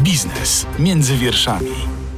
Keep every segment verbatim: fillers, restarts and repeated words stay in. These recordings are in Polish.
Biznes między wierszami.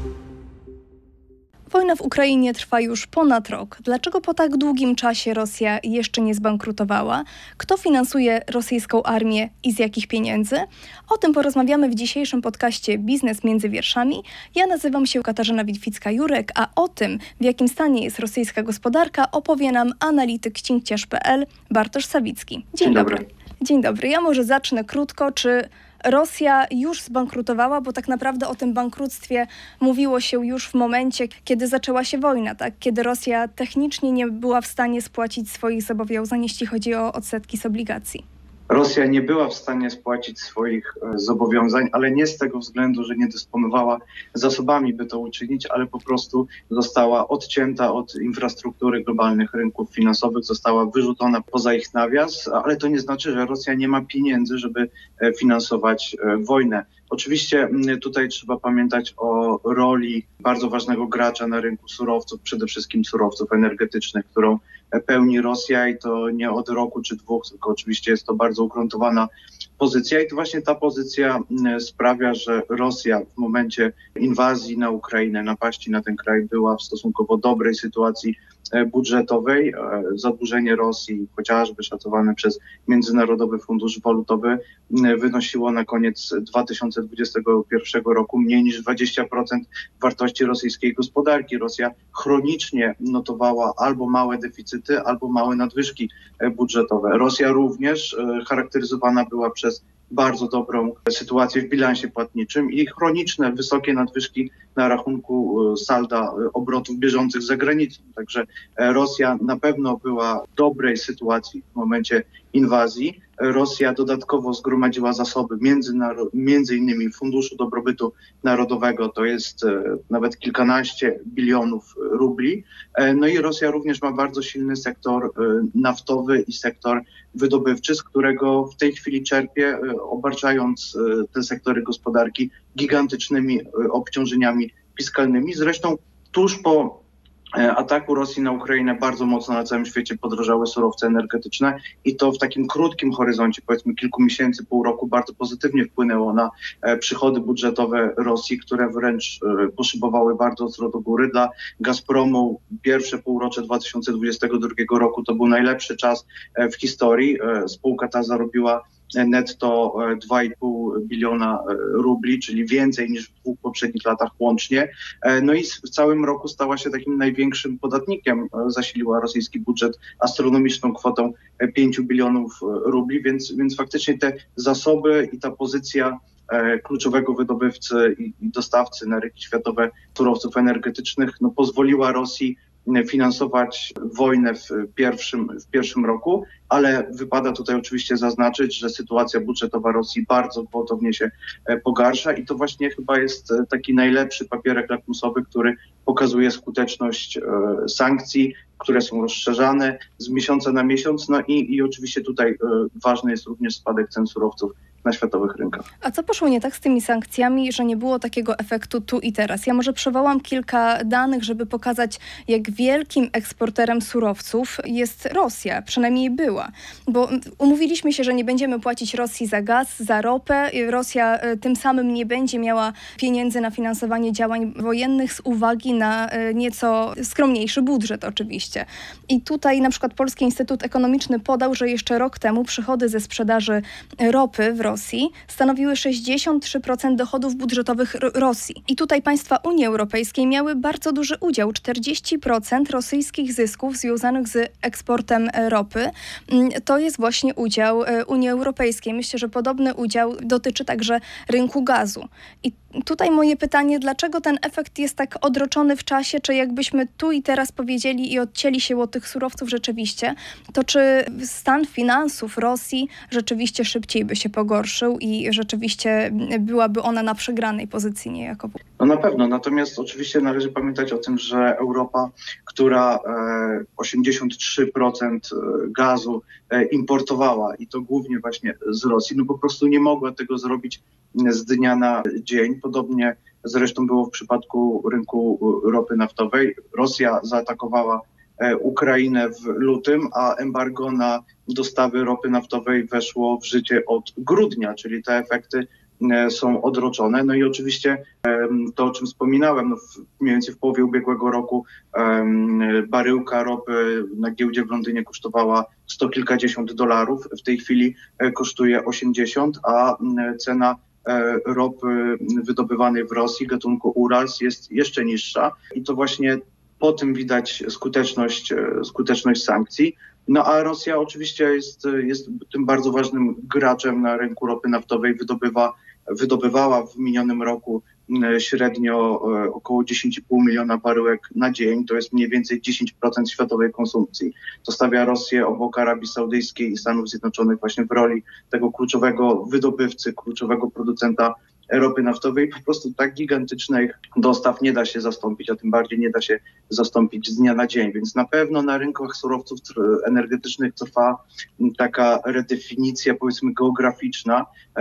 Wojna w Ukrainie trwa już ponad rok. Dlaczego po tak długim czasie Rosja jeszcze nie zbankrutowała? Kto finansuje rosyjską armię i z jakich pieniędzy? O tym porozmawiamy w dzisiejszym podcaście Biznes między wierszami. Ja nazywam się Katarzyna Witwicka-Jurek, a o tym, w jakim stanie jest rosyjska gospodarka, opowie nam analityk cinkciarz kropka pe el Bartosz Sawicki. Dzień, Dzień dobry. dobry. Dzień dobry. Ja może zacznę krótko. Czy Rosja już zbankrutowała, bo tak naprawdę o tym bankructwie mówiło się już w momencie, kiedy zaczęła się wojna, tak? Kiedy Rosja technicznie nie była w stanie spłacić swoich zobowiązań, jeśli chodzi o odsetki z obligacji. Rosja nie była w stanie spłacić swoich zobowiązań, ale nie z tego względu, że nie dysponowała zasobami, by to uczynić, ale po prostu została odcięta od infrastruktury globalnych rynków finansowych, została wyrzucona poza ich nawias, ale to nie znaczy, że Rosja nie ma pieniędzy, żeby finansować wojnę. Oczywiście tutaj trzeba pamiętać o roli bardzo ważnego gracza na rynku surowców, przede wszystkim surowców energetycznych, którą pełni Rosja i to nie od roku czy dwóch, tylko oczywiście jest to bardzo ugruntowana pozycja i to właśnie ta pozycja sprawia, że Rosja w momencie inwazji na Ukrainę, napaści na ten kraj była w stosunkowo dobrej sytuacji budżetowej. Zadłużenie Rosji, chociażby szacowane przez Międzynarodowy Fundusz Walutowy, wynosiło na koniec dwa tysiące dwudziestego pierwszego roku mniej niż dwadzieścia procent wartości rosyjskiej gospodarki. Rosja chronicznie notowała albo małe deficyty, albo małe nadwyżki budżetowe. Rosja również charakteryzowana była przez bardzo dobrą sytuację w bilansie płatniczym i chroniczne, wysokie nadwyżki na rachunku salda obrotów bieżących za granicą. Także Rosja na pewno była w dobrej sytuacji w momencie inwazji. Rosja dodatkowo zgromadziła zasoby międzynaro- między innymi Funduszu Dobrobytu Narodowego, to jest e, nawet kilkanaście bilionów rubli. E, no i Rosja również ma bardzo silny sektor e, naftowy i sektor wydobywczy, z którego w tej chwili czerpie, e, obarczając e, te sektory gospodarki gigantycznymi e, obciążeniami fiskalnymi. Zresztą tuż po ataku Rosji na Ukrainę bardzo mocno na całym świecie podrożały surowce energetyczne i to w takim krótkim horyzoncie, powiedzmy kilku miesięcy, pół roku, bardzo pozytywnie wpłynęło na przychody budżetowe Rosji, które wręcz poszybowały bardzo ostro do góry. Dla Gazpromu pierwsze półrocze dwa tysiące dwudziestego drugiego roku to był najlepszy czas w historii. Spółka ta zarobiła netto dwa i pół biliona rubli, czyli więcej niż w dwóch poprzednich latach łącznie. No i w całym roku stała się takim największym podatnikiem, zasiliła rosyjski budżet astronomiczną kwotą pięciu bilionów rubli, więc, więc faktycznie te zasoby i ta pozycja kluczowego wydobywcy i, i dostawcy na rynki światowe surowców energetycznych no, pozwoliła Rosji finansować wojnę w pierwszym, w pierwszym roku, ale wypada tutaj oczywiście zaznaczyć, że sytuacja budżetowa Rosji bardzo gwałtownie się pogarsza i to właśnie chyba jest taki najlepszy papierek lakmusowy, który pokazuje skuteczność sankcji, które są rozszerzane z miesiąca na miesiąc, no i, i oczywiście tutaj ważny jest również spadek cen surowców na światowych rynkach. A co poszło nie tak z tymi sankcjami, że nie było takiego efektu tu i teraz? Ja może przywołam kilka danych, żeby pokazać, jak wielkim eksporterem surowców jest Rosja, przynajmniej była. Bo umówiliśmy się, że nie będziemy płacić Rosji za gaz, za ropę. Rosja tym samym nie będzie miała pieniędzy na finansowanie działań wojennych z uwagi na nieco skromniejszy budżet oczywiście. I tutaj na przykład Polski Instytut Ekonomiczny podał, że jeszcze rok temu przychody ze sprzedaży ropy w Rosji stanowiły sześćdziesiąt trzy procent dochodów budżetowych Rosji. I tutaj państwa Unii Europejskiej miały bardzo duży udział. czterdzieści procent rosyjskich zysków związanych z eksportem ropy to jest właśnie udział Unii Europejskiej. Myślę, że podobny udział dotyczy także rynku gazu. I tutaj moje pytanie, dlaczego ten efekt jest tak odroczony w czasie, czy jakbyśmy tu i teraz powiedzieli i odcięli się od tych surowców rzeczywiście, to czy stan finansów Rosji rzeczywiście szybciej by się pogorszył i rzeczywiście byłaby ona na przegranej pozycji niejako? No na pewno, natomiast oczywiście należy pamiętać o tym, że Europa, która osiemdziesiąt trzy procent gazu importowała i to głównie właśnie z Rosji, no po prostu nie mogła tego zrobić z dnia na dzień. Podobnie zresztą było w przypadku rynku ropy naftowej. Rosja zaatakowała Ukrainę w lutym, a embargo na dostawy ropy naftowej weszło w życie od grudnia, czyli te efekty są odroczone. No i oczywiście to, o czym wspominałem, no mniej więcej w połowie ubiegłego roku baryłka ropy na giełdzie w Londynie kosztowała sto kilkadziesiąt dolarów. W tej chwili kosztuje osiemdziesiąt, a cena ropy wydobywanej w Rosji gatunku Urals jest jeszcze niższa. I to właśnie po tym widać skuteczność, skuteczność sankcji. No a Rosja oczywiście jest, jest tym bardzo ważnym graczem na rynku ropy naftowej, wydobywa, wydobywała w minionym roku średnio około dziesięć i pół miliona baryłek na dzień. To jest mniej więcej dziesięć procent światowej konsumpcji. To stawia Rosję obok Arabii Saudyjskiej i Stanów Zjednoczonych właśnie w roli tego kluczowego wydobywcy, kluczowego producenta ropy naftowej. Po prostu tak gigantycznych dostaw nie da się zastąpić, a tym bardziej nie da się zastąpić z dnia na dzień. Więc na pewno na rynkach surowców energetycznych trwa taka redefinicja, powiedzmy, geograficzna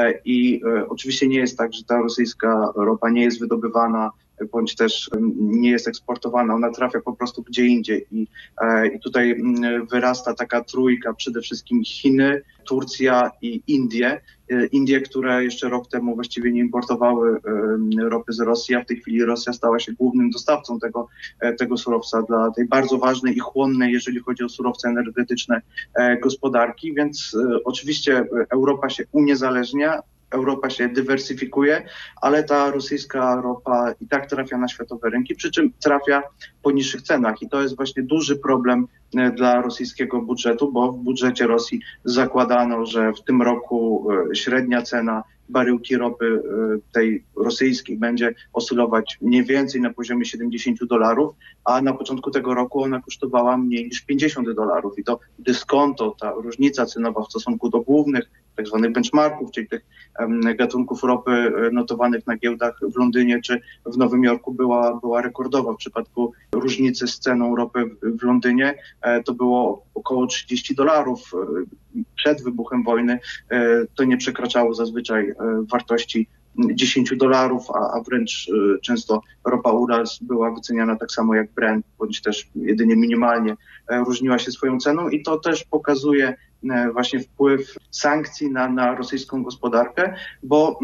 i oczywiście nie jest tak, że ta rosyjska ropa nie jest wydobywana bądź też nie jest eksportowana, ona trafia po prostu gdzie indziej. I, i tutaj wyrasta taka trójka, przede wszystkim Chiny, Turcja i Indie. Indie, które jeszcze rok temu właściwie nie importowały ropy z Rosji, a w tej chwili Rosja stała się głównym dostawcą tego, tego surowca dla tej bardzo ważnej i chłonnej, jeżeli chodzi o surowce energetyczne, gospodarki. Więc oczywiście Europa się uniezależnia, Europa się dywersyfikuje, ale ta rosyjska ropa i tak trafia na światowe rynki, przy czym trafia po niższych cenach. I to jest właśnie duży problem dla rosyjskiego budżetu, bo w budżecie Rosji zakładano, że w tym roku średnia cena baryłki ropy tej rosyjskiej będzie oscylować mniej więcej na poziomie siedemdziesiąt dolarów, a na początku tego roku ona kosztowała mniej niż pięćdziesiąt dolarów. I to dyskonto, ta różnica cenowa w stosunku do głównych tak zwanych benchmarków, czyli tych gatunków ropy notowanych na giełdach w Londynie czy w Nowym Jorku była, była rekordowa. W przypadku różnicy z ceną ropy w Londynie to było około trzydzieści dolarów. Przed wybuchem wojny to nie przekraczało zazwyczaj wartości dziesięć dolarów, a, a wręcz często ropa Urals była wyceniana tak samo jak Brent, bądź też jedynie minimalnie różniła się swoją ceną i to też pokazuje właśnie wpływ sankcji na, na rosyjską gospodarkę, bo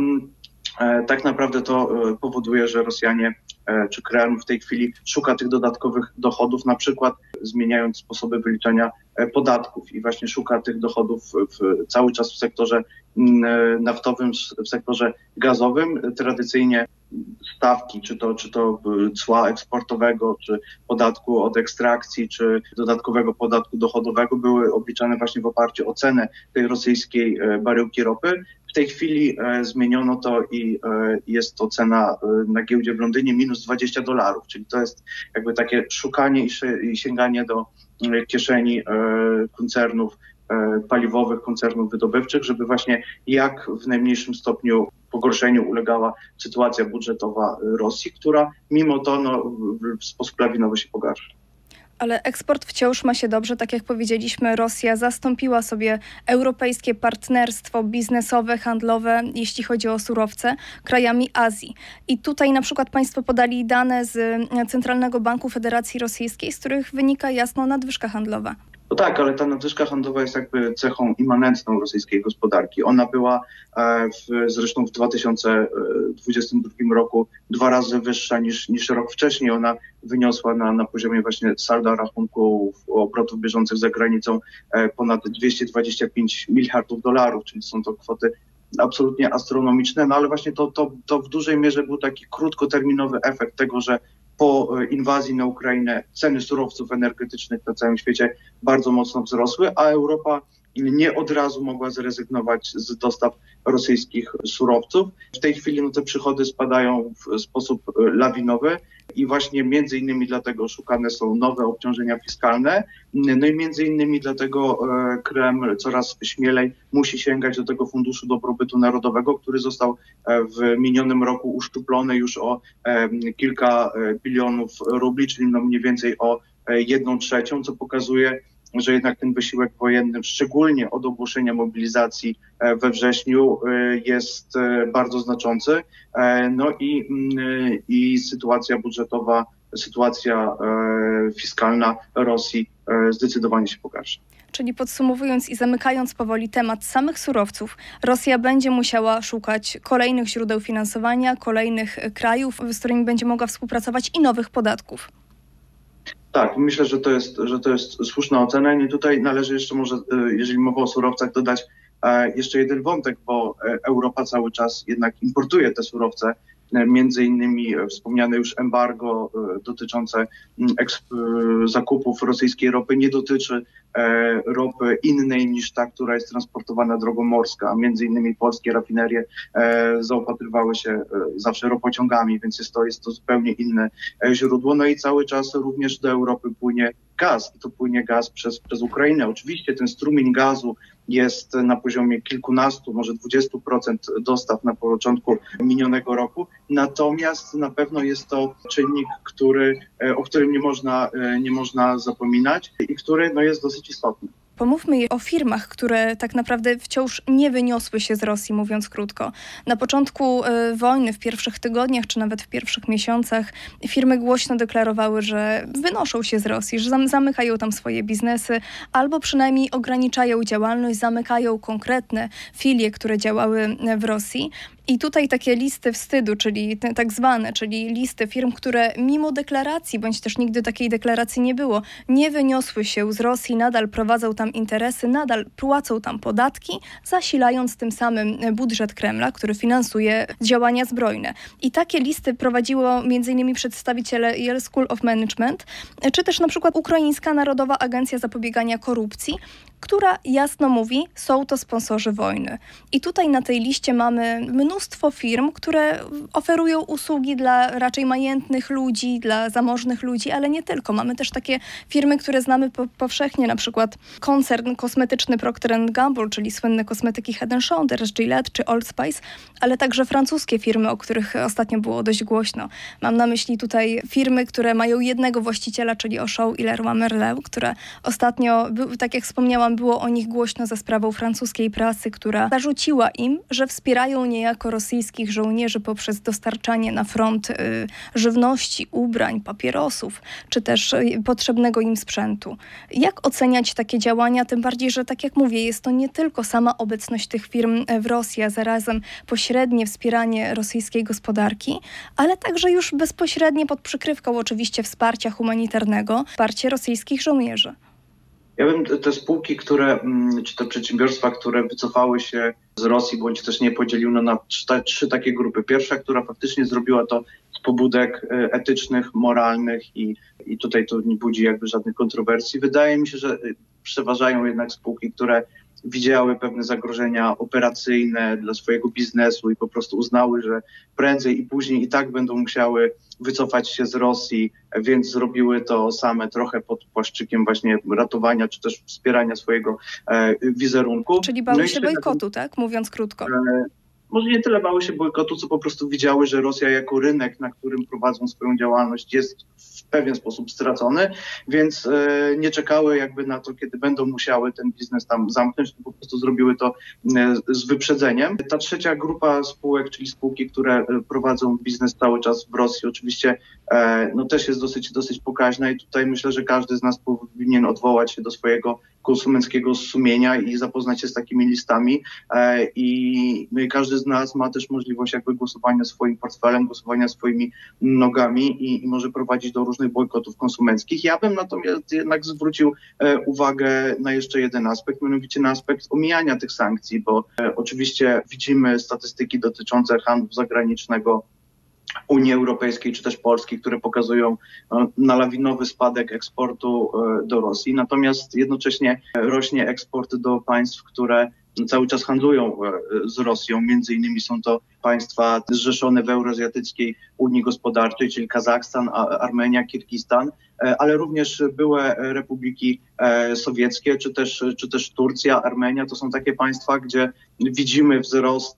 e, tak naprawdę to e, powoduje, że Rosjanie e, czy Kreml w tej chwili szuka tych dodatkowych dochodów, na przykład zmieniając sposoby wyliczania e, podatków i właśnie szuka tych dochodów w, cały czas w sektorze m, naftowym, w sektorze gazowym. Tradycyjnie stawki, czy to, czy to cła eksportowego, czy podatku od ekstrakcji, czy dodatkowego podatku dochodowego były obliczane właśnie w oparciu o cenę tej rosyjskiej baryłki ropy. W tej chwili zmieniono to i jest to cena na giełdzie w Londynie minus dwadzieścia dolarów, czyli to jest jakby takie szukanie i sięganie do kieszeni koncernów paliwowych, koncernów wydobywczych, żeby właśnie jak w najmniejszym stopniu pogorszeniu ulegała sytuacja budżetowa Rosji, która mimo to no, w sposób lawinowy się pogarsza. Ale eksport wciąż ma się dobrze. Tak jak powiedzieliśmy, Rosja zastąpiła sobie europejskie partnerstwo biznesowe, handlowe, jeśli chodzi o surowce, krajami Azji. I tutaj na przykład państwo podali dane z Centralnego Banku Federacji Rosyjskiej, z których wynika jasno nadwyżka handlowa. No tak, ale ta nadwyżka handlowa jest jakby cechą immanentną rosyjskiej gospodarki. Ona była w, zresztą w dwa tysiące dwudziestym drugim roku dwa razy wyższa niż, niż rok wcześniej. Ona wyniosła na, na poziomie właśnie salda rachunków obrotów bieżących za granicą ponad dwieście dwadzieścia pięć miliardów dolarów, czyli są to kwoty absolutnie astronomiczne, no ale właśnie to, to, to w dużej mierze był taki krótkoterminowy efekt tego, że po inwazji na Ukrainę ceny surowców energetycznych na całym świecie bardzo mocno wzrosły, a Europa nie od razu mogła zrezygnować z dostaw rosyjskich surowców. W tej chwili no, te przychody spadają w sposób lawinowy i właśnie między innymi dlatego szukane są nowe obciążenia fiskalne. No i między innymi dlatego Kreml coraz śmielej musi sięgać do tego Funduszu Dobrobytu Narodowego, który został w minionym roku uszczuplony już o kilka bilionów rubli, czyli no mniej więcej o jedną trzecią, co pokazuje, że jednak ten wysiłek wojenny, szczególnie od ogłoszenia mobilizacji we wrześniu, jest bardzo znaczący. No i, i sytuacja budżetowa, sytuacja fiskalna Rosji zdecydowanie się pogarsza. Czyli podsumowując i zamykając powoli temat samych surowców, Rosja będzie musiała szukać kolejnych źródeł finansowania, kolejnych krajów, z którymi będzie mogła współpracować i nowych podatków. Tak, myślę, że to jest, że to jest słuszna ocena i tutaj należy jeszcze może, jeżeli mowa o surowcach, dodać jeszcze jeden wątek, bo Europa cały czas jednak importuje te surowce, między innymi wspomniane już embargo dotyczące zakupów rosyjskiej ropy nie dotyczy ropy innej niż ta, która jest transportowana drogą morską, a między innymi polskie rafinerie zaopatrywały się zawsze ropociągami, więc jest to, jest to zupełnie inne źródło. No i cały czas również do Europy płynie gaz i to płynie gaz przez, przez Ukrainę. Oczywiście ten strumień gazu jest na poziomie kilkunastu, może dwudziestu procent dostaw na początku minionego roku. Natomiast na pewno jest to czynnik, który, o którym nie można, nie można zapominać i który no, jest dosyć istotny. Pomówmy o firmach, które tak naprawdę wciąż nie wyniosły się z Rosji, mówiąc krótko. Na początku y, wojny, w pierwszych tygodniach, czy nawet w pierwszych miesiącach firmy głośno deklarowały, że wynoszą się z Rosji, że zam- zamykają tam swoje biznesy, albo przynajmniej ograniczają działalność, zamykają konkretne filie, które działały w Rosji. I tutaj takie listy wstydu, czyli te, tak zwane, czyli listy firm, które mimo deklaracji, bądź też nigdy takiej deklaracji nie było, nie wyniosły się z Rosji, nadal prowadzą tam interesy, nadal płacą tam podatki, zasilając tym samym budżet Kremla, który finansuje działania zbrojne. I takie listy prowadziło między innymi przedstawiciele Yale School of Management, czy też na przykład Ukraińska Narodowa Agencja Zapobiegania Korupcji, która jasno mówi, są to sponsorzy wojny. I tutaj na tej liście mamy mnóstwo firm, które oferują usługi dla raczej majętnych ludzi, dla zamożnych ludzi, ale nie tylko. Mamy też takie firmy, które znamy po, powszechnie, na przykład koncern kosmetyczny Procter and Gamble, czyli słynne kosmetyki Head and Shoulders, Gillette czy Old Spice, ale także francuskie firmy, o których ostatnio było dość głośno. Mam na myśli tutaj firmy, które mają jednego właściciela, czyli Auchan i Leroy Merlin, które ostatnio, tak jak wspomniałam, było o nich głośno za sprawą francuskiej prasy, która zarzuciła im, że wspierają niejako rosyjskich żołnierzy poprzez dostarczanie na front y, żywności, ubrań, papierosów, czy też y, potrzebnego im sprzętu. Jak oceniać takie działania? Tym bardziej, że tak jak mówię, jest to nie tylko sama obecność tych firm w Rosji, a zarazem pośrednie wspieranie rosyjskiej gospodarki, ale także już bezpośrednie pod przykrywką oczywiście wsparcia humanitarnego, wsparcie rosyjskich żołnierzy. Ja bym te, te spółki, które, czy te przedsiębiorstwa, które wycofały się z Rosji, bądź też nie podzieliły na trzy, trzy takie grupy. Pierwsza, która faktycznie zrobiła to z pobudek etycznych, moralnych i, i tutaj to nie budzi jakby żadnych kontrowersji. Wydaje mi się, że przeważają jednak spółki, które widziały pewne zagrożenia operacyjne dla swojego biznesu i po prostu uznały, że prędzej i później i tak będą musiały wycofać się z Rosji, więc zrobiły to same trochę pod płaszczykiem właśnie ratowania czy też wspierania swojego e, wizerunku. Czyli bały no się bojkotu, tak? Mówiąc krótko. E, może nie tyle bały się bojkotu, co po prostu widziały, że Rosja jako rynek, na którym prowadzą swoją działalność, jest w pewien sposób stracony, więc e, nie czekały jakby na to, kiedy będą musiały ten biznes tam zamknąć, to po prostu zrobiły to e, z wyprzedzeniem. Ta trzecia grupa spółek, czyli spółki, które prowadzą biznes cały czas w Rosji, oczywiście e, no też jest dosyć, dosyć pokaźna i tutaj myślę, że każdy z nas powinien odwołać się do swojego konsumenckiego sumienia i zapoznać się z takimi listami e, i no i każdy z nas ma też możliwość jakby głosowania swoim portfelem, głosowania swoimi nogami i, i może prowadzić do różnych bojkotów konsumenckich. Ja bym natomiast jednak zwrócił e, uwagę na jeszcze jeden aspekt, mianowicie na aspekt omijania tych sankcji, bo e, oczywiście widzimy statystyki dotyczące handlu zagranicznego Unii Europejskiej czy też Polski, które pokazują na lawinowy spadek eksportu do Rosji. Natomiast jednocześnie rośnie eksport do państw, które cały czas handlują z Rosją. Między innymi są to państwa zrzeszone w Euroazjatyckiej Unii Gospodarczej, czyli Kazachstan, Armenia, Kirgistan, ale również były republiki sowieckie, czy też, czy też Turcja, Armenia. To są takie państwa, gdzie widzimy wzrost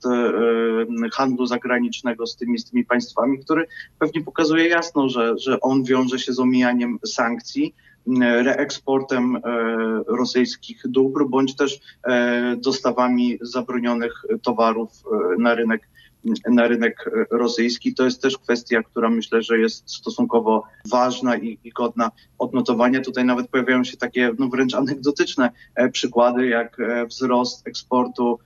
handlu zagranicznego z tymi, z tymi państwami, który pewnie pokazuje jasno, że, że on wiąże się z omijaniem sankcji, reeksportem e, rosyjskich dóbr, bądź też e, dostawami zabronionych towarów e, na rynek na rynek rosyjski. To jest też kwestia, która myślę, że jest stosunkowo ważna i, i godna odnotowania. Tutaj nawet pojawiają się takie no, wręcz anegdotyczne przykłady, jak wzrost eksportu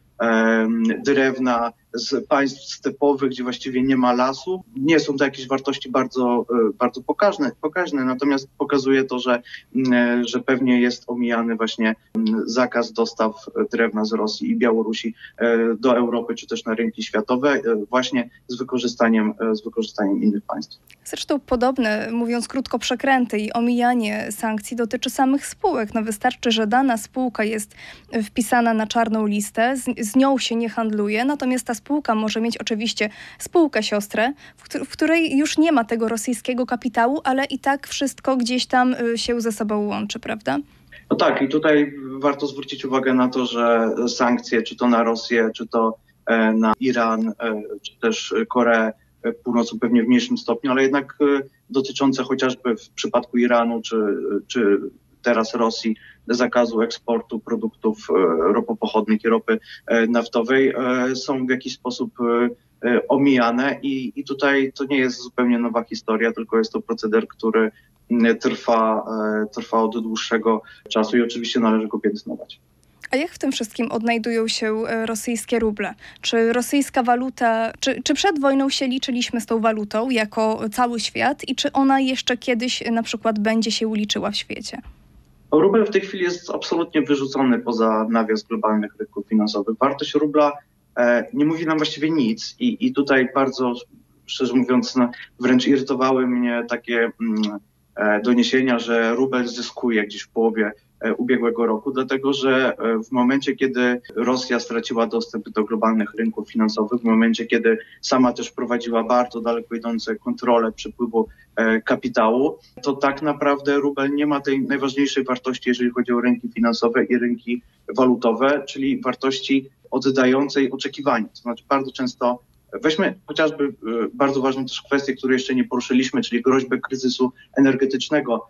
drewna z państw stepowych, gdzie właściwie nie ma lasu. Nie są to jakieś wartości bardzo, bardzo pokaźne, pokaźne, natomiast pokazuje to, że, że pewnie jest omijany właśnie zakaz dostaw drewna z Rosji i Białorusi do Europy, czy też na rynki światowe, właśnie z wykorzystaniem, z wykorzystaniem innych państw. Zresztą podobne, mówiąc krótko, przekręty i omijanie sankcji dotyczy samych spółek. No wystarczy, że dana spółka jest wpisana na czarną listę, z, z nią się nie handluje, natomiast ta spółka może mieć oczywiście spółkę siostrę, w, w której już nie ma tego rosyjskiego kapitału, ale i tak wszystko gdzieś tam się ze sobą łączy, prawda? No tak, i tutaj warto zwrócić uwagę na to, że sankcje, czy to na Rosję, czy to na Iran, czy też Koreę Północną pewnie w mniejszym stopniu, ale jednak dotyczące chociażby w przypadku Iranu, czy, czy teraz Rosji, zakazu eksportu produktów ropopochodnych i ropy naftowej są w jakiś sposób omijane i, i tutaj to nie jest zupełnie nowa historia, tylko jest to proceder, który trwa, trwa od dłuższego czasu i oczywiście należy go piętnować. A jak w tym wszystkim odnajdują się rosyjskie ruble? Czy rosyjska waluta, czy, czy przed wojną się liczyliśmy z tą walutą jako cały świat i czy ona jeszcze kiedyś na przykład będzie się liczyła w świecie? Rubel w tej chwili jest absolutnie wyrzucony poza nawias globalnych rynków finansowych. Wartość rubla e, nie mówi nam właściwie nic i, i tutaj bardzo, szczerze mówiąc, no, wręcz irytowały mnie takie mm, e, doniesienia, że rubel zyskuje gdzieś w połowie ubiegłego roku, dlatego że w momencie, kiedy Rosja straciła dostęp do globalnych rynków finansowych, w momencie, kiedy sama też prowadziła bardzo daleko idące kontrole przepływu kapitału, to tak naprawdę rubel nie ma tej najważniejszej wartości, jeżeli chodzi o rynki finansowe i rynki walutowe, czyli wartości oddającej oczekiwania. To znaczy bardzo często weźmy chociażby bardzo ważną też kwestię, której jeszcze nie poruszyliśmy, czyli groźbę kryzysu energetycznego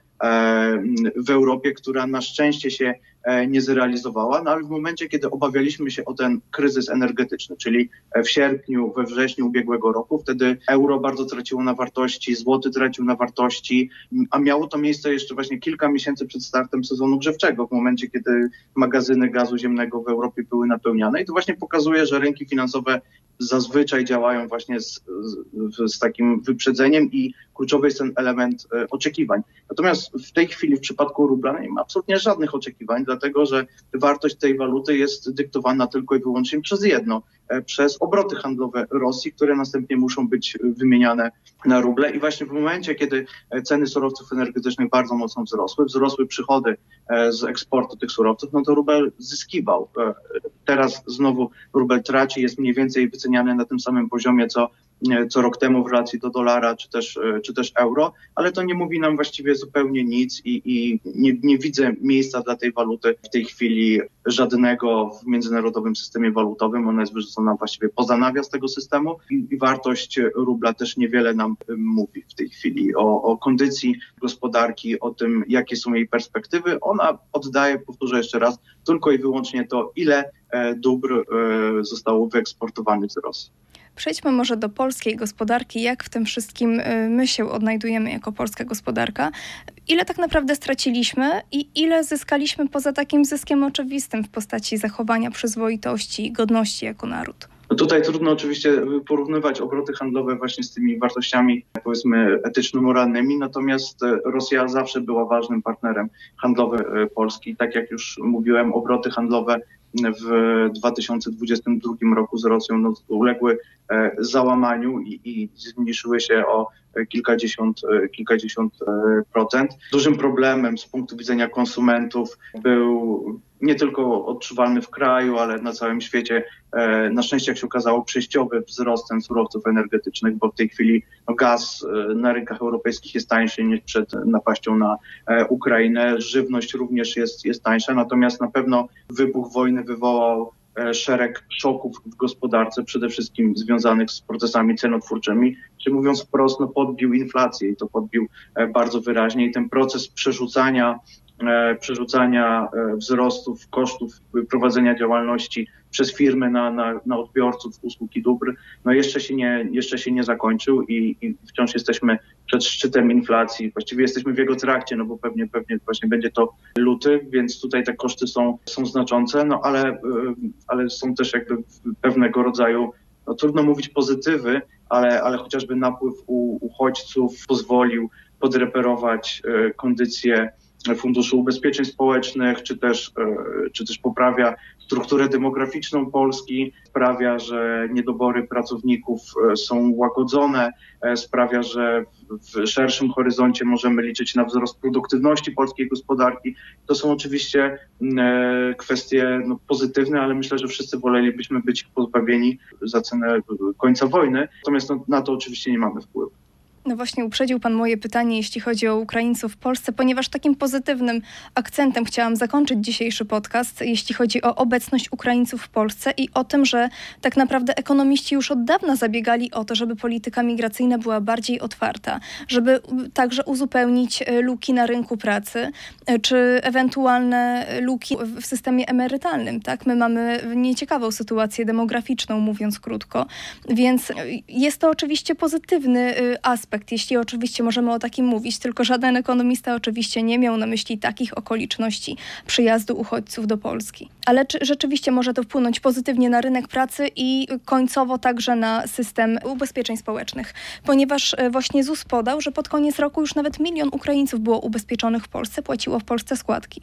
w Europie, która na szczęście się nie zrealizowała, no ale w momencie, kiedy obawialiśmy się o ten kryzys energetyczny, czyli w sierpniu, we wrześniu ubiegłego roku, wtedy euro bardzo traciło na wartości, złoty tracił na wartości, a miało to miejsce jeszcze właśnie kilka miesięcy przed startem sezonu grzewczego, w momencie, kiedy magazyny gazu ziemnego w Europie były napełniane i to właśnie pokazuje, że rynki finansowe zazwyczaj działają właśnie z, z, z takim wyprzedzeniem i kluczowy jest ten element e, oczekiwań. Natomiast w tej chwili w przypadku rubla nie ma absolutnie żadnych oczekiwań, dlatego że wartość tej waluty jest dyktowana tylko i wyłącznie przez jedno, e, przez obroty handlowe Rosji, które następnie muszą być wymieniane na ruble i właśnie w momencie, kiedy ceny surowców energetycznych bardzo mocno wzrosły, wzrosły przychody e, z eksportu tych surowców, no to rubel zyskiwał. E, teraz znowu rubel traci, jest mniej więcej wyceniany na tym samym poziomie, co co rok temu w relacji do dolara czy też, czy też euro, ale to nie mówi nam właściwie zupełnie nic i, i nie, nie widzę miejsca dla tej waluty w tej chwili żadnego w międzynarodowym systemie walutowym. Ona jest wyrzucona właściwie poza nawias tego systemu i, i wartość rubla też niewiele nam mówi w tej chwili o, o kondycji gospodarki, o tym, jakie są jej perspektywy. Ona oddaje, powtórzę jeszcze raz, tylko i wyłącznie to, ile dóbr zostało wyeksportowanych z Rosji. Przejdźmy może do polskiej gospodarki. Jak w tym wszystkim my się odnajdujemy jako polska gospodarka? Ile tak naprawdę straciliśmy i ile zyskaliśmy poza takim zyskiem oczywistym w postaci zachowania przyzwoitości i godności jako naród? No tutaj trudno oczywiście porównywać obroty handlowe właśnie z tymi wartościami, powiedzmy, etyczno-moralnymi, natomiast Rosja zawsze była ważnym partnerem handlowym Polski. Tak jak już mówiłem, obroty handlowe w dwa tysiące dwudziestym drugim roku z Rosją no, uległy e, załamaniu i, i zmniejszyły się o kilkadziesiąt, kilkadziesiąt procent. Dużym problemem z punktu widzenia konsumentów był nie tylko odczuwalny w kraju, ale na całym świecie, e, na szczęście jak się okazało, przejściowy wzrost cen surowców energetycznych, bo w tej chwili no, gaz e, na rynkach europejskich jest tańszy niż przed napaścią na e, Ukrainę. Żywność również jest, jest tańsza, natomiast na pewno wybuch wojny wywołał szereg szoków w gospodarce, przede wszystkim związanych z procesami cenotwórczymi, czy mówiąc wprost, no podbił inflację i to podbił bardzo wyraźnie i ten proces przerzucania przerzucania wzrostów kosztów prowadzenia działalności przez firmy na, na, na odbiorców usług i dóbr, no jeszcze się nie, jeszcze się nie zakończył i, i wciąż jesteśmy przed szczytem inflacji. Właściwie jesteśmy w jego trakcie, no bo pewnie, pewnie właśnie będzie to luty, więc tutaj te koszty są, są znaczące, no ale, ale są też jakby pewnego rodzaju, no trudno mówić pozytywy, ale, ale chociażby napływ u, uchodźców pozwolił podreperować kondycję Funduszu Ubezpieczeń Społecznych, czy też, czy też poprawia strukturę demograficzną Polski, sprawia, że niedobory pracowników są łagodzone, sprawia, że w szerszym horyzoncie możemy liczyć na wzrost produktywności polskiej gospodarki. To są oczywiście kwestie no, pozytywne, ale myślę, że wszyscy wolelibyśmy być ich pozbawieni za cenę końca wojny. Natomiast no, na to oczywiście nie mamy wpływu. No właśnie uprzedził Pan moje pytanie, jeśli chodzi o Ukraińców w Polsce, ponieważ takim pozytywnym akcentem chciałam zakończyć dzisiejszy podcast, jeśli chodzi o obecność Ukraińców w Polsce i o tym, że tak naprawdę ekonomiści już od dawna zabiegali o to, żeby polityka migracyjna była bardziej otwarta, żeby także uzupełnić luki na rynku pracy, czy ewentualne luki w systemie emerytalnym. Tak? My mamy nieciekawą sytuację demograficzną, mówiąc krótko, więc jest to oczywiście pozytywny aspekt, jeśli oczywiście możemy o takim mówić, tylko żaden ekonomista oczywiście nie miał na myśli takich okoliczności przyjazdu uchodźców do Polski. Ale czy rzeczywiście może to wpłynąć pozytywnie na rynek pracy i końcowo także na system ubezpieczeń społecznych? Ponieważ właśnie Z U S podał, że pod koniec roku już nawet milion Ukraińców było ubezpieczonych w Polsce, płaciło w Polsce składki.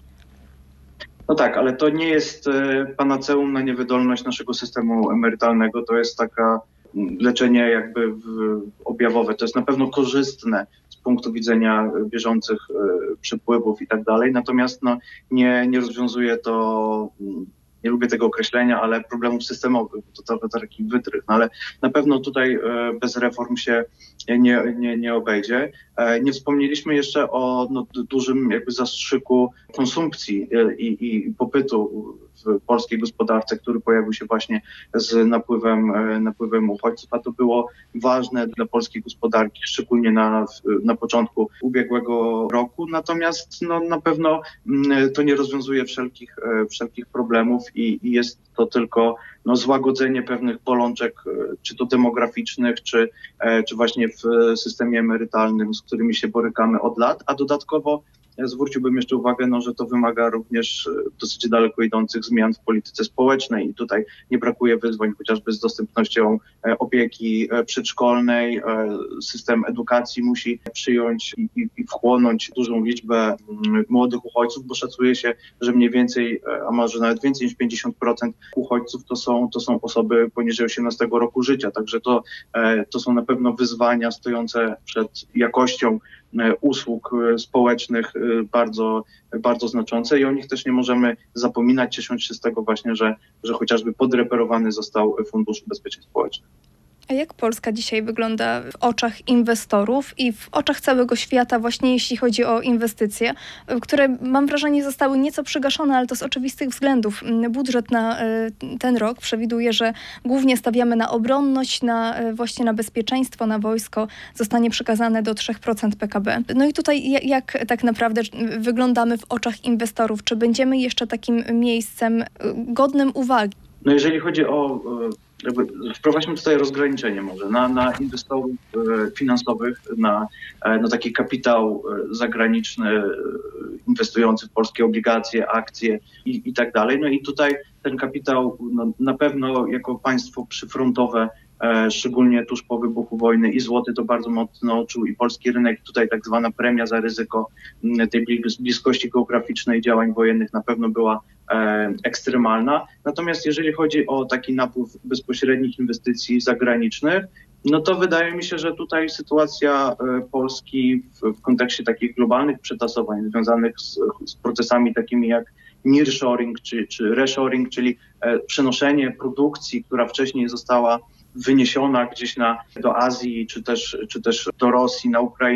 No tak, ale to nie jest panaceum na niewydolność naszego systemu emerytalnego. To jest taka leczenie jakby objawowe. To jest na pewno korzystne z punktu widzenia bieżących przepływów i tak dalej. Natomiast no, nie, nie rozwiązuje to, nie lubię tego określenia, ale problemów systemowych. To trochę taki wytrych. No, ale na pewno tutaj bez reform się nie, nie, nie obejdzie. Nie wspomnieliśmy jeszcze o no, dużym jakby zastrzyku konsumpcji i, i popytu w polskiej gospodarce, który pojawił się właśnie z napływem, napływem uchodźców, a to było ważne dla polskiej gospodarki, szczególnie na, na początku ubiegłego roku. Natomiast no, na pewno to nie rozwiązuje wszelkich, wszelkich problemów i, i jest to tylko no, złagodzenie pewnych bolączek, czy to demograficznych, czy, czy właśnie w systemie emerytalnym, z którymi się borykamy od lat, a dodatkowo zwróciłbym jeszcze uwagę, no, że to wymaga również dosyć daleko idących zmian w polityce społecznej i tutaj nie brakuje wyzwań chociażby z dostępnością opieki przedszkolnej. System edukacji musi przyjąć i, i wchłonąć dużą liczbę młodych uchodźców, bo szacuje się, że mniej więcej, a może nawet więcej niż pięćdziesiąt procent uchodźców to są, to są osoby poniżej osiemnastego roku życia. Także to, to są na pewno wyzwania stojące przed jakością usług społecznych bardzo, bardzo znaczące i o nich też nie możemy zapominać, ciesząc się z tego właśnie, że, że chociażby podreperowany został Fundusz Ubezpieczeń Społecznych. A jak Polska dzisiaj wygląda w oczach inwestorów i w oczach całego świata właśnie jeśli chodzi o inwestycje, które mam wrażenie zostały nieco przygaszone, ale to z oczywistych względów. Budżet na ten rok przewiduje, że głównie stawiamy na obronność, na właśnie na bezpieczeństwo, na wojsko. Zostanie przekazane do trzy procent P K B. No i tutaj jak tak naprawdę wyglądamy w oczach inwestorów? Czy będziemy jeszcze takim miejscem godnym uwagi? No jeżeli chodzi o Jakby wprowadźmy tutaj rozgraniczenie może na, na inwestorów finansowych, na, na taki kapitał zagraniczny inwestujący w polskie obligacje, akcje i, i tak dalej. No i tutaj ten kapitał no, na pewno jako państwo przyfrontowe, szczególnie tuż po wybuchu wojny i złoty to bardzo mocno odczuł i polski rynek, tutaj tak zwana premia za ryzyko tej bliskości geograficznej działań wojennych na pewno była ekstremalna. Natomiast jeżeli chodzi o taki napływ bezpośrednich inwestycji zagranicznych, no to wydaje mi się, że tutaj sytuacja Polski w, w kontekście takich globalnych przetasowań związanych z, z procesami takimi jak nearshoring czy, czy reshoring, czyli przenoszenie produkcji, która wcześniej została wyniesiona gdzieś na, do Azji czy też, czy też do Rosji, na Ukrainę,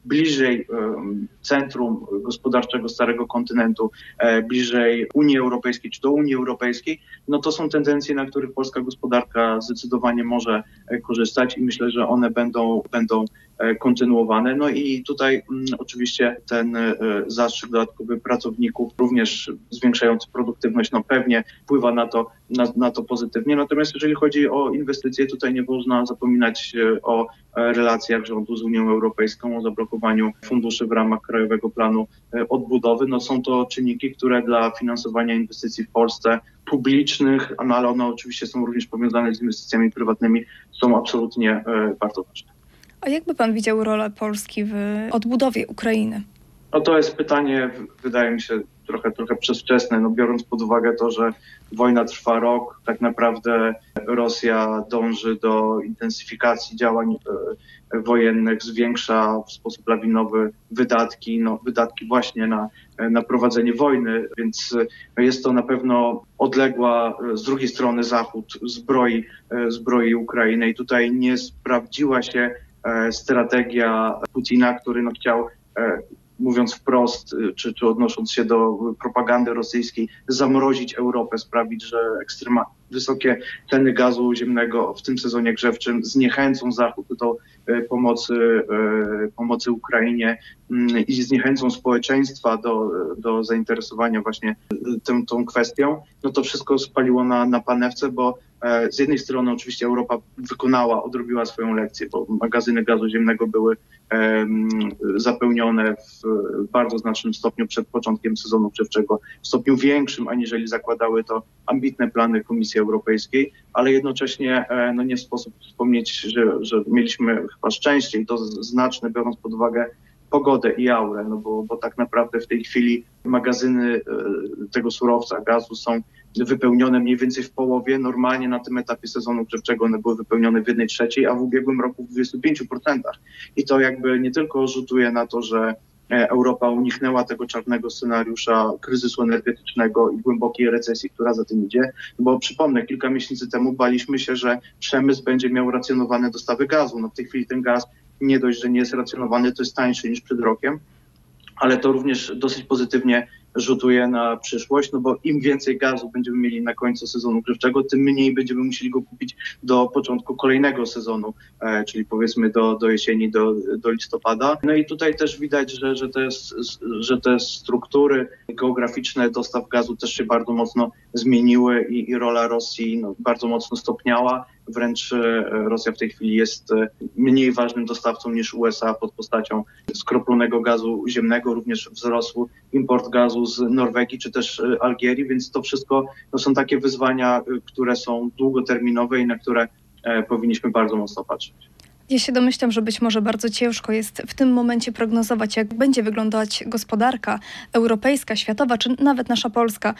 bliżej centrum gospodarczego Starego Kontynentu, bliżej Unii Europejskiej czy do Unii Europejskiej, no to są tendencje, na których polska gospodarka zdecydowanie może korzystać i myślę, że one będą, będą kontynuowane. No i tutaj mm, oczywiście ten y, zastrzyk dodatkowy pracowników, również zwiększający produktywność, no pewnie wpływa na to, na, na to pozytywnie. Natomiast jeżeli chodzi o inwestycje, tutaj nie można zapominać y, o relacjach rządu z Unią Europejską, o zablokowaniu funduszy w ramach Krajowego Planu y, Odbudowy. No są to czynniki, które dla finansowania inwestycji w Polsce publicznych, no ale one oczywiście są również powiązane z inwestycjami prywatnymi, są absolutnie y, bardzo ważne. A jak by pan widział rolę Polski w odbudowie Ukrainy? No to jest pytanie, wydaje mi się, trochę, trochę przedwczesne, no biorąc pod uwagę to, że wojna trwa rok, tak naprawdę Rosja dąży do intensyfikacji działań e, wojennych, zwiększa w sposób lawinowy wydatki, no wydatki właśnie na, na prowadzenie wojny, więc jest to na pewno odległa z drugiej strony Zachód zbroi, zbroi Ukrainę i tutaj nie sprawdziła się strategia Putina, który no chciał, mówiąc wprost, czy, czy odnosząc się do propagandy rosyjskiej, zamrozić Europę, sprawić, że ekstrema, wysokie ceny gazu ziemnego w tym sezonie grzewczym zniechęcą Zachód do pomocy, pomocy Ukrainie i zniechęcą społeczeństwa do, do zainteresowania właśnie tą, tą kwestią, no to wszystko spaliło na, na panewce, bo z jednej strony oczywiście Europa wykonała, odrobiła swoją lekcję, bo magazyny gazu ziemnego były um, zapełnione w bardzo znacznym stopniu przed początkiem sezonu grzewczego, w stopniu większym, aniżeli zakładały to ambitne plany Komisji Europejskiej, ale jednocześnie no nie sposób wspomnieć, że, że mieliśmy chyba szczęście i to znaczne, biorąc pod uwagę pogodę i aurę, no bo, bo tak naprawdę w tej chwili magazyny tego surowca, gazu są wypełnione mniej więcej w połowie. Normalnie na tym etapie sezonu grzewczego one były wypełnione w jednej trzeciej, a w ubiegłym roku w dwudziestu pięciu procentach. I to jakby nie tylko rzutuje na to, że Europa uniknęła tego czarnego scenariusza kryzysu energetycznego i głębokiej recesji, która za tym idzie, bo przypomnę, kilka miesięcy temu baliśmy się, że przemysł będzie miał racjonowane dostawy gazu. No w tej chwili ten gaz nie dość, że nie jest racjonowany, to jest tańszy niż przed rokiem, ale to również dosyć pozytywnie rzutuje na przyszłość, no bo im więcej gazu będziemy mieli na końcu sezonu grzewczego, tym mniej będziemy musieli go kupić do początku kolejnego sezonu, e, czyli powiedzmy do, do jesieni, do, do listopada. No i tutaj też widać, że, że, te, że te struktury geograficzne dostaw gazu też się bardzo mocno zmieniły i, i rola Rosji no, bardzo mocno stopniała. Wręcz Rosja w tej chwili jest mniej ważnym dostawcą niż U S A pod postacią skroplonego gazu ziemnego. Również wzrosł import gazu z Norwegii czy też Algierii, więc to wszystko to są takie wyzwania, które są długoterminowe i na które powinniśmy bardzo mocno patrzeć. Ja się domyślam, że być może bardzo ciężko jest w tym momencie prognozować, jak będzie wyglądać gospodarka europejska, światowa, czy nawet nasza polska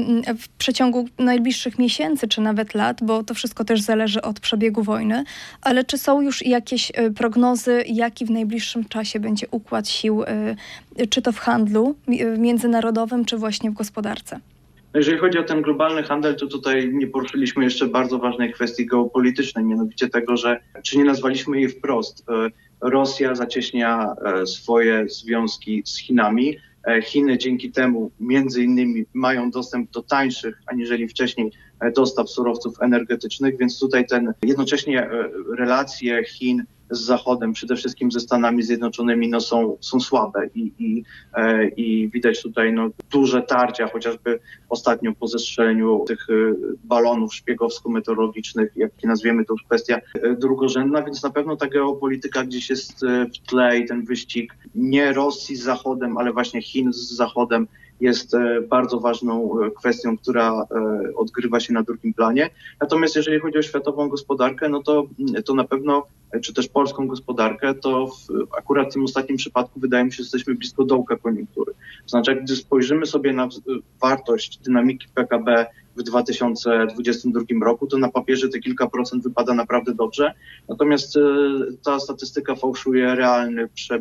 w przeciągu najbliższych miesięcy, czy nawet lat, bo to wszystko też zależy od przebiegu wojny. Ale czy są już jakieś prognozy, jaki w najbliższym czasie będzie układ sił, czy to w handlu międzynarodowym, czy właśnie w gospodarce? Jeżeli chodzi o ten globalny handel, to tutaj nie poruszyliśmy jeszcze bardzo ważnej kwestii geopolitycznej, mianowicie tego, że, czy nie nazwaliśmy jej wprost, Rosja zacieśnia swoje związki z Chinami. Chiny dzięki temu między innymi mają dostęp do tańszych aniżeli wcześniej dostaw surowców energetycznych, więc tutaj ten jednocześnie relacje Chin z Zachodem, przede wszystkim ze Stanami Zjednoczonymi, no są, są słabe i, i, e, i widać tutaj no, duże tarcia, chociażby ostatnio po zestrzeleniu tych balonów szpiegowsko-meteorologicznych, jak je nazwiemy, to już kwestia drugorzędna, więc na pewno ta geopolityka gdzieś jest w tle i ten wyścig nie Rosji z Zachodem, ale właśnie Chin z Zachodem jest bardzo ważną kwestią, która odgrywa się na drugim planie. Natomiast jeżeli chodzi o światową gospodarkę, no to, to na pewno, czy też polską gospodarkę, to w, akurat w tym ostatnim przypadku wydaje mi się, że jesteśmy blisko dołka koniunktury. To znaczy, gdy spojrzymy sobie na wartość dynamiki P K B w dwa tysiące dwudziestym drugim roku, to na papierze te kilka procent wypada naprawdę dobrze. Natomiast ta statystyka fałszuje realny przebieg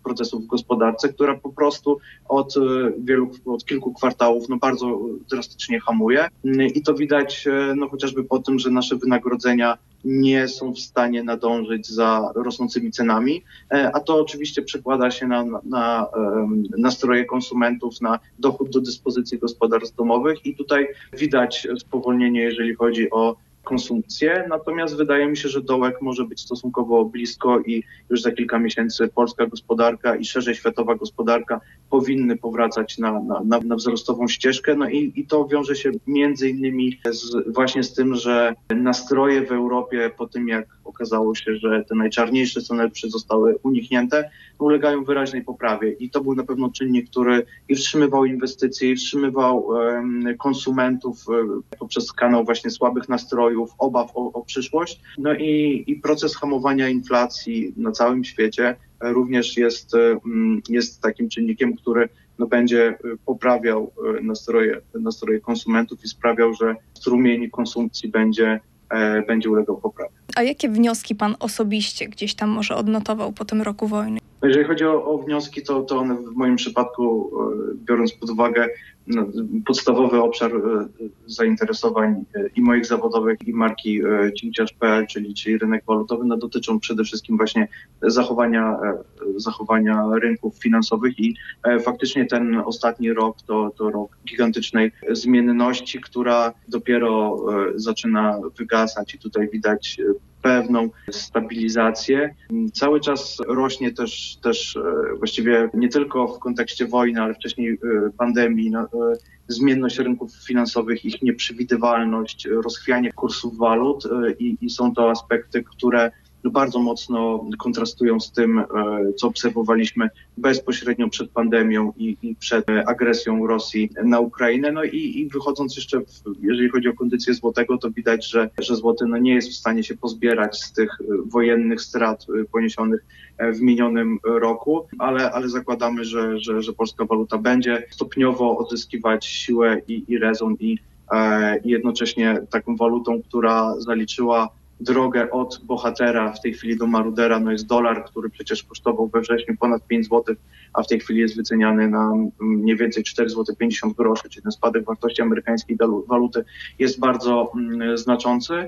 procesów w gospodarce, która po prostu od wielu, od kilku kwartałów no bardzo drastycznie hamuje i to widać no chociażby po tym, że nasze wynagrodzenia nie są w stanie nadążyć za rosnącymi cenami, a to oczywiście przekłada się na, na, na nastroje konsumentów, na dochód do dyspozycji gospodarstw domowych i tutaj widać spowolnienie, jeżeli chodzi o konsumpcję, natomiast wydaje mi się, że dołek może być stosunkowo blisko i już za kilka miesięcy polska gospodarka i szerzej światowa gospodarka powinny powracać na, na, na, na wzrostową ścieżkę. No i, i to wiąże się między innymi z, właśnie z tym, że nastroje w Europie po tym, jak okazało się, że te najczarniejsze scenariusze zostały uniknięte, ulegają wyraźnej poprawie i to był na pewno czynnik, który i wstrzymywał inwestycje, i wstrzymywał um, konsumentów um, poprzez kanał właśnie słabych nastrojów, obaw o, o przyszłość. No i, i proces hamowania inflacji na całym świecie również jest, um, jest takim czynnikiem, który no, będzie poprawiał nastroje, nastroje konsumentów i sprawiał, że strumień konsumpcji będzie będzie ulegał poprawie. A jakie wnioski pan osobiście gdzieś tam może odnotował po tym roku wojny? Jeżeli chodzi o, o wnioski, to, to one w moim przypadku, biorąc pod uwagę no, podstawowy obszar zainteresowań i moich zawodowych, i marki cinkciarz kropka pe el, czyli, czyli rynek walutowy, no, dotyczą przede wszystkim właśnie zachowania, zachowania rynków finansowych i faktycznie ten ostatni rok to, to rok gigantycznej zmienności, która dopiero zaczyna wygasać i tutaj widać pewną stabilizację. Cały czas rośnie też, też właściwie nie tylko w kontekście wojny, ale wcześniej pandemii, no, zmienność rynków finansowych, ich nieprzewidywalność, rozchwianie kursów walut i, i są to aspekty, które bardzo mocno kontrastują z tym, co obserwowaliśmy bezpośrednio przed pandemią i, i przed agresją Rosji na Ukrainę. No i, i wychodząc jeszcze, w, jeżeli chodzi o kondycję złotego, to widać, że, że złoty no nie jest w stanie się pozbierać z tych wojennych strat poniesionych w minionym roku, ale, ale zakładamy, że, że, że polska waluta będzie stopniowo odzyskiwać siłę i, i rezon i, e, i jednocześnie taką walutą, która zaliczyła drogę od bohatera w tej chwili do marudera, no jest dolar, który przecież kosztował we wrześniu ponad pięć złotych, a w tej chwili jest wyceniany na mniej więcej cztery złote pięćdziesiąt groszy, czyli ten spadek wartości amerykańskiej waluty jest bardzo mm, znaczący.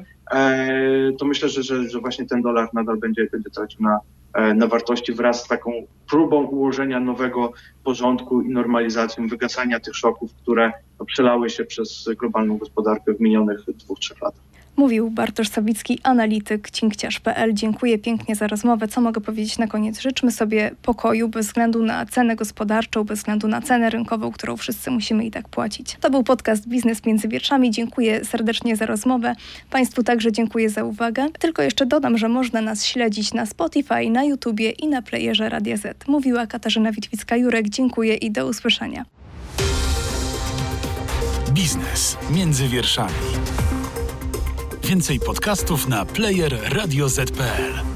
E, to myślę, że, że, że właśnie ten dolar nadal będzie, będzie tracił na, na wartości wraz z taką próbą ułożenia nowego porządku i normalizacją, wygasania tych szoków, które przelały się przez globalną gospodarkę w minionych dwóch, trzech latach. Mówił Bartosz Sawicki, analityk cinkciarz kropka pe el. Dziękuję pięknie za rozmowę. Co mogę powiedzieć na koniec? Życzmy sobie pokoju bez względu na cenę gospodarczą, bez względu na cenę rynkową, którą wszyscy musimy i tak płacić. To był podcast Biznes między wierszami. Dziękuję serdecznie za rozmowę. Państwu także dziękuję za uwagę. Tylko jeszcze dodam, że można nas śledzić na Spotify, na YouTubie i na playerze Radia Z. Mówiła Katarzyna Witwicka-Jurek. Dziękuję i do usłyszenia. Biznes między wierszami. Więcej podcastów na player radio zet kropka pe el.